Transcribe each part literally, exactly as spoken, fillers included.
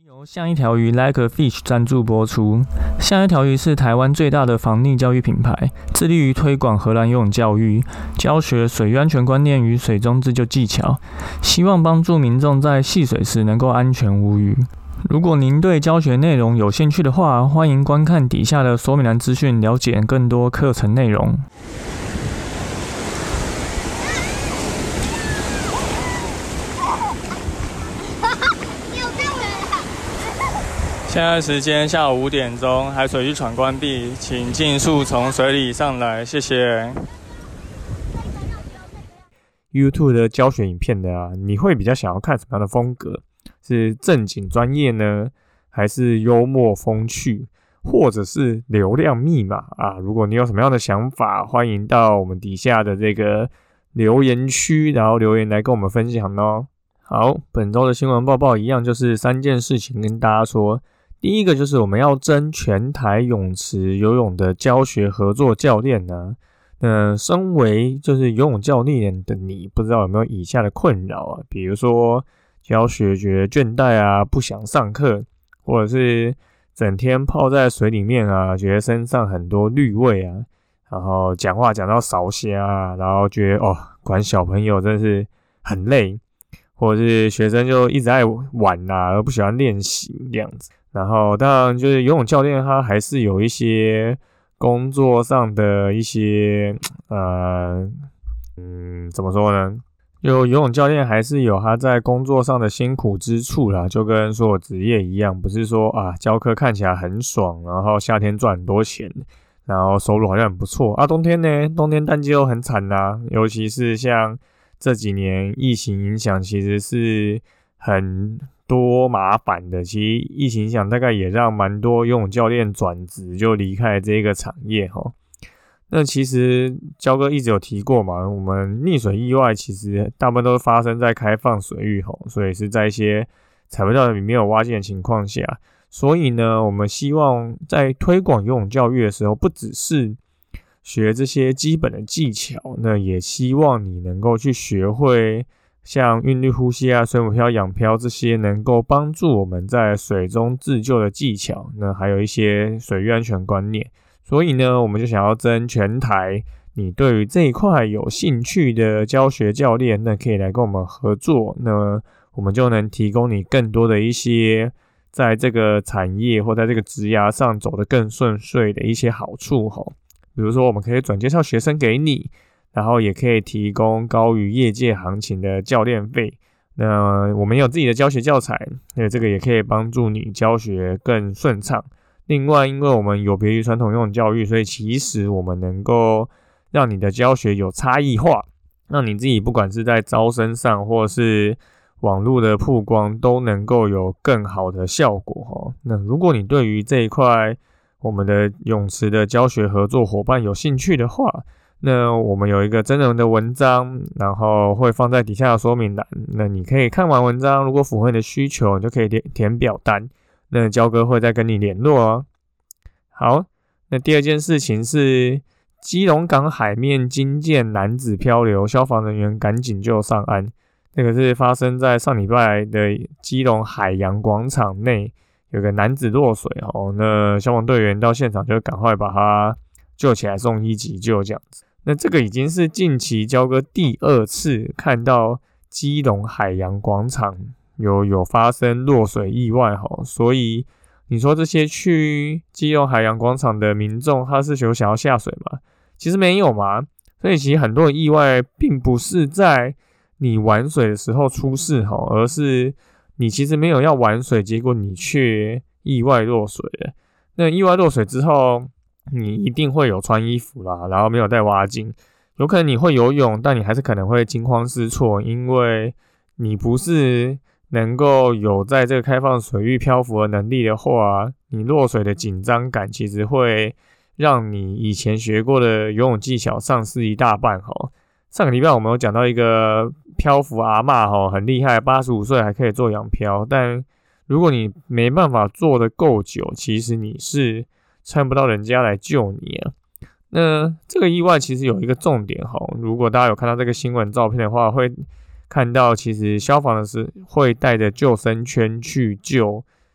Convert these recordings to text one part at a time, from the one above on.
由像一条鱼 Like a Fish 赞助播出。像一条鱼是台湾最大的防溺教育品牌，致力于推广荷兰游泳教育，教学水域安全观念与水中自救技巧，希望帮助民众在戏水时能够安全无虞。如果您对教学内容有兴趣的话，欢迎观看底下的说明栏资讯，了解更多课程内容。现在时间下午五点钟，海水浴场关闭，请尽速从水里上来，谢谢。YouTube 的教学影片的啊，你会比较想要看什么样的风格？是正经专业呢，还是幽默风趣，或者是流量密码啊？如果你有什么样的想法，欢迎到我们底下的这个留言区，然后留言来跟我们分享哦。好，本周的新闻报报一样，就是三件事情跟大家说。第一个就是我们要争全台泳池游泳的教学合作教练呢。那身为就是游泳教练的你，不知道有没有以下的困扰啊？比如说教学觉得倦怠啊，不想上课，或者是整天泡在水里面啊，觉得身上很多氯味啊，然后讲话讲到少虾啊，然后觉得哦，管小朋友真的是很累，或者是学生就一直爱玩啊，而不喜欢练习这样子。然后当然就是游泳教练他还是有一些工作上的一些呃嗯怎么说呢？就游泳教练还是有他在工作上的辛苦之处啦，就跟所有职业一样，不是说啊教课看起来很爽，然后夏天赚很多钱，然后收入好像很不错啊。冬天呢，冬天淡季又很惨啦，尤其是像这几年疫情影响，其实是很多麻烦的。其实疫情影响大概也让蛮多游泳教练转职就离开这个产业齁。那其实焦哥一直有提过嘛，我们溺水意外其实大部分都发生在开放水域齁，所以是在一些踩不到里没有蛙镜的情况下。所以呢，我们希望在推广游泳教育的时候，不只是学这些基本的技巧，那也希望你能够去学会像韵律呼吸啊、水母漂、仰漂这些能够帮助我们在水中自救的技巧，那还有一些水域安全观念。所以呢，我们就想要争全台你对于这一块有兴趣的教学教练，那可以来跟我们合作，那我们就能提供你更多的一些在这个产业或在这个职涯上走得更顺遂的一些好处齁。比如说我们可以转介绍学生给你，然后也可以提供高于业界行情的教练费。那我们有自己的教学教材，那这个也可以帮助你教学更顺畅。另外，因为我们有别于传统游泳教育，所以其实我们能够让你的教学有差异化，让你自己不管是在招生上或是网络的曝光都能够有更好的效果。那如果你对于这一块我们的泳池的教学合作伙伴有兴趣的话，那我们有一个真人的文章，然后会放在底下的说明栏，那你可以看完文章，如果符合你的需求，你就可以填表单，那焦哥会再跟你联络哦。好，那第二件事情是基隆港海面惊见男子漂流，消防人员赶紧救上岸。这个是发生在上礼拜的基隆海洋广场内，有个男子落水哦，那消防队员到现场就赶快把他救起来送医急救这样子。那这个已经是近期焦哥第二次看到基隆海洋广场有有发生落水意外齁，所以你说这些去基隆海洋广场的民众，他是有想要下水吗？其实没有嘛。所以其实很多的意外并不是在你玩水的时候出事齁，而是你其实没有要玩水，结果你却意外落水了。那意外落水之后，你一定会有穿衣服啦，然后没有带蛙镜，有可能你会游泳，但你还是可能会惊慌失措，因为你不是能够有在这个开放水域漂浮的能力的话，你落水的紧张感其实会让你以前学过的游泳技巧丧失一大半齁。上个礼拜我们有讲到一个漂浮阿嬷齁，很厉害，八十五岁还可以做仰漂，但如果你没办法做得够久，其实你是撑不到人家来救你啊。那这个意外其实有一个重点齁，如果大家有看到这个新闻照片的话，会看到其实消防的是会带着救生圈去救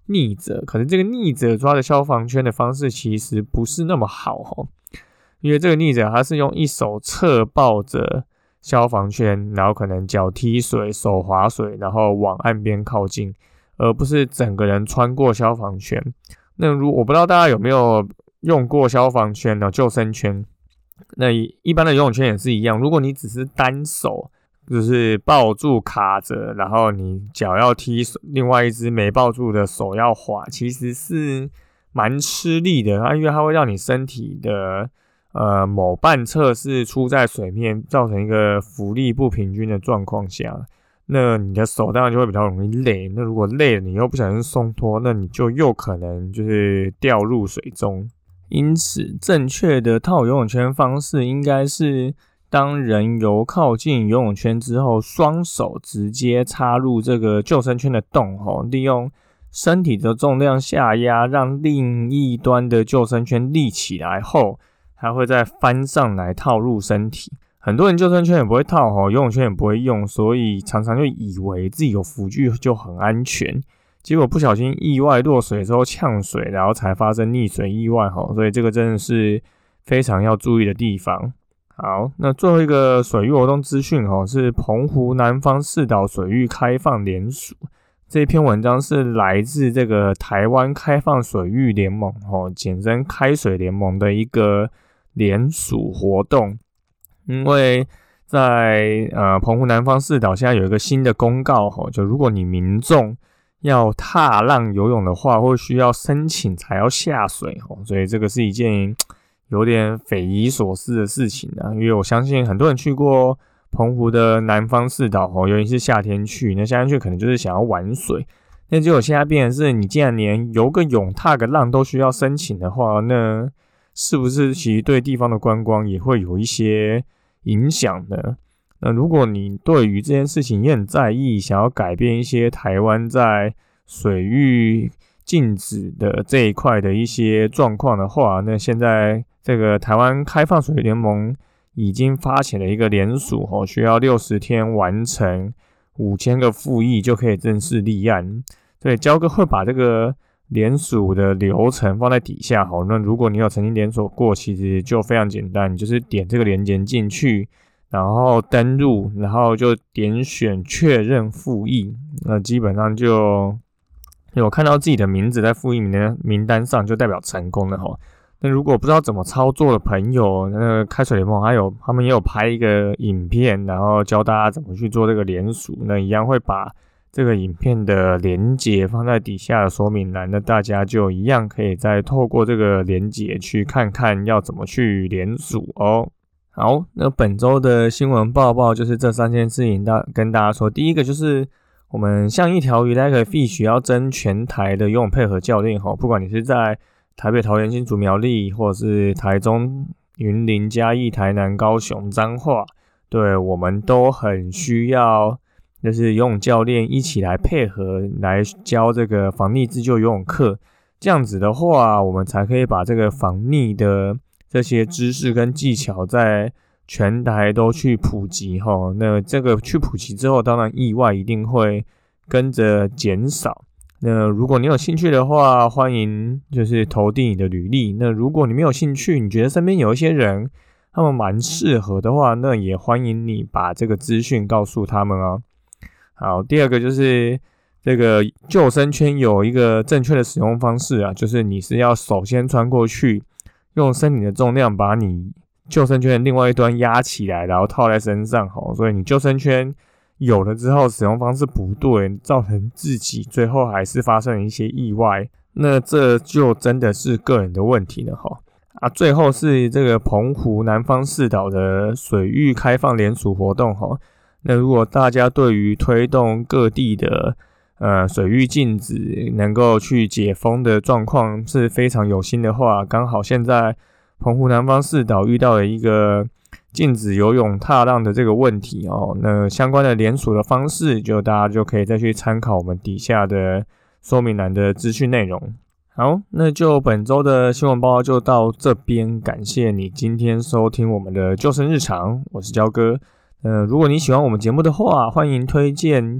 逆者，可是这个逆者抓的消防圈的方式其实不是那么好齁，因为这个逆者他是用一手侧抱着消防圈，然后可能脚踢水、手划水，然后往岸边靠近，而不是整个人穿过消防圈。那如我不知道大家有没有用过消防圈呢？救生圈，那一般的游泳圈也是一样。如果你只是单手，就是抱住卡着，然后你脚要踢水，另外一只没抱住的手要滑，其实是蛮吃力的。它因为它会让你身体的呃某半侧是出在水面，造成一个浮力不平均的状况下。那你的手当然就会比较容易累，那如果累了你又不小心松脱，那你就又可能就是掉入水中。因此正确的套游泳圈方式应该是当人游靠近游泳圈之后，双手直接插入这个救生圈的洞，利用身体的重量下压，让另一端的救生圈立起来后，还会再翻上来套入身体。很多人救生圈也不会套，游泳圈也不会用，所以常常就以为自己有浮具就很安全，结果不小心意外落水之后呛水，然后才发生溺水意外，所以这个真的是非常要注意的地方。好，那最后一个水域活动资讯是澎湖南方四岛水域开放联署，这篇文章是来自这个台湾开放水域联盟，简称开水联盟的一个联署活动。因为在呃澎湖南方四岛现在有一个新的公告，就如果你民众要踏浪游泳的话，会需要申请才要下水，所以这个是一件有点匪夷所思的事情啊。因为我相信很多人去过澎湖的南方四岛，尤其是夏天去，那夏天去可能就是想要玩水，那结果现在变成是你既然连游个泳、踏个浪都需要申请的话，那是不是其实对地方的观光也会有一些影响呢？那如果你对于这件事情也很在意，想要改变一些台湾在水域禁止的这一块的一些状况的话，那现在这个台湾开放水域联盟已经发起了一个联署，需要六十天完成五千个复议就可以正式立案。对，焦哥会把这个联署的流程放在底下，那如果你有曾经联署过，其实就非常简单，你就是点这个连结进去，然后登入，然后就点选确认复议，那基本上就有看到自己的名字在复议名单上，就代表成功了齁。那如果不知道怎么操作的朋友，那个开水联盟还有他们也有拍一个影片，然后教大家怎么去做这个联署，那一样会把这个影片的连结放在底下的说明栏，那大家就一样可以再透过这个连结去看看要怎么去联署哦。好，那本周的新闻报报就是这三件事情跟大家说。第一个就是我们像一条鱼 like a fish 要争全台的游泳配合教练，不管你是在台北、桃园、新竹、苗栗，或者是台中、云林、嘉义、台南、高雄、彰化，对，我们都很需要就是游泳教练一起来配合来教这个防溺自救游泳课，这样子的话我们才可以把这个防溺的这些知识跟技巧在全台都去普及齁。那这个去普及之后，当然意外一定会跟着减少。那如果你有兴趣的话，欢迎就是投递你的履历。那如果你没有兴趣，你觉得身边有一些人他们蛮适合的话，那也欢迎你把这个资讯告诉他们哦。好，第二个就是这个救生圈有一个正确的使用方式啊，就是你是要首先穿过去，用身体的重量把你救生圈的另外一端压起来，然后套在身上，所以你救生圈有了之后使用方式不对，造成自己最后还是发生了一些意外，那这就真的是个人的问题了齁。啊，最后是这个澎湖南方四岛的水域开放联署活动齁。那如果大家对于推动各地的呃水域禁止能够去解封的状况是非常有心的话，刚好现在澎湖南方四岛遇到了一个禁止游泳踏浪的这个问题哦，那相关的联署的方式就大家就可以再去参考我们底下的说明栏的资讯内容。好，那就本周的新闻报告就到这边，感谢你今天收听我们的救生日常，我是焦哥。呃，如果你喜欢我们节目的话，欢迎推荐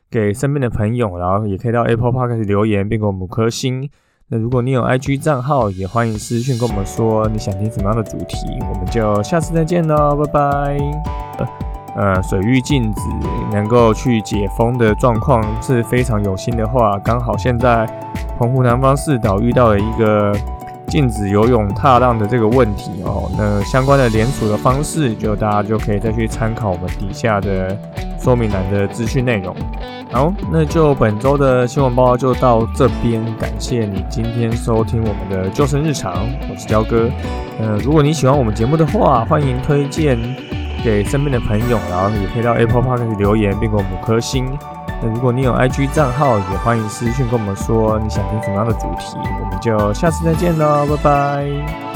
给身边的朋友，然后也可以到 Apple Podcast 留言并给我们五颗星。那如果你有 I G 账号，也欢迎私讯跟我们说你想听什么样的主题，我们就下次再见喽，拜拜。呃，水域禁止能够去解封的状况是非常有心的话，刚好现在澎湖南方四岛遇到了一个禁止游泳踏浪的这个问题哦，那相关的联署的方式，就大家就可以再去参考我们底下的说明栏的资讯内容。好，那就本周的新闻报告就到这边，感谢你今天收听我们的救生日常，我是焦哥。呃，如果你喜欢我们节目的话，欢迎推荐给身边的朋友，然后也可以到 Apple Podcast 留言并给我们五颗星。那如果你有 I G 账号，也欢迎私讯跟我们说你想听什么样的主题，我们就下次再见喽，拜拜。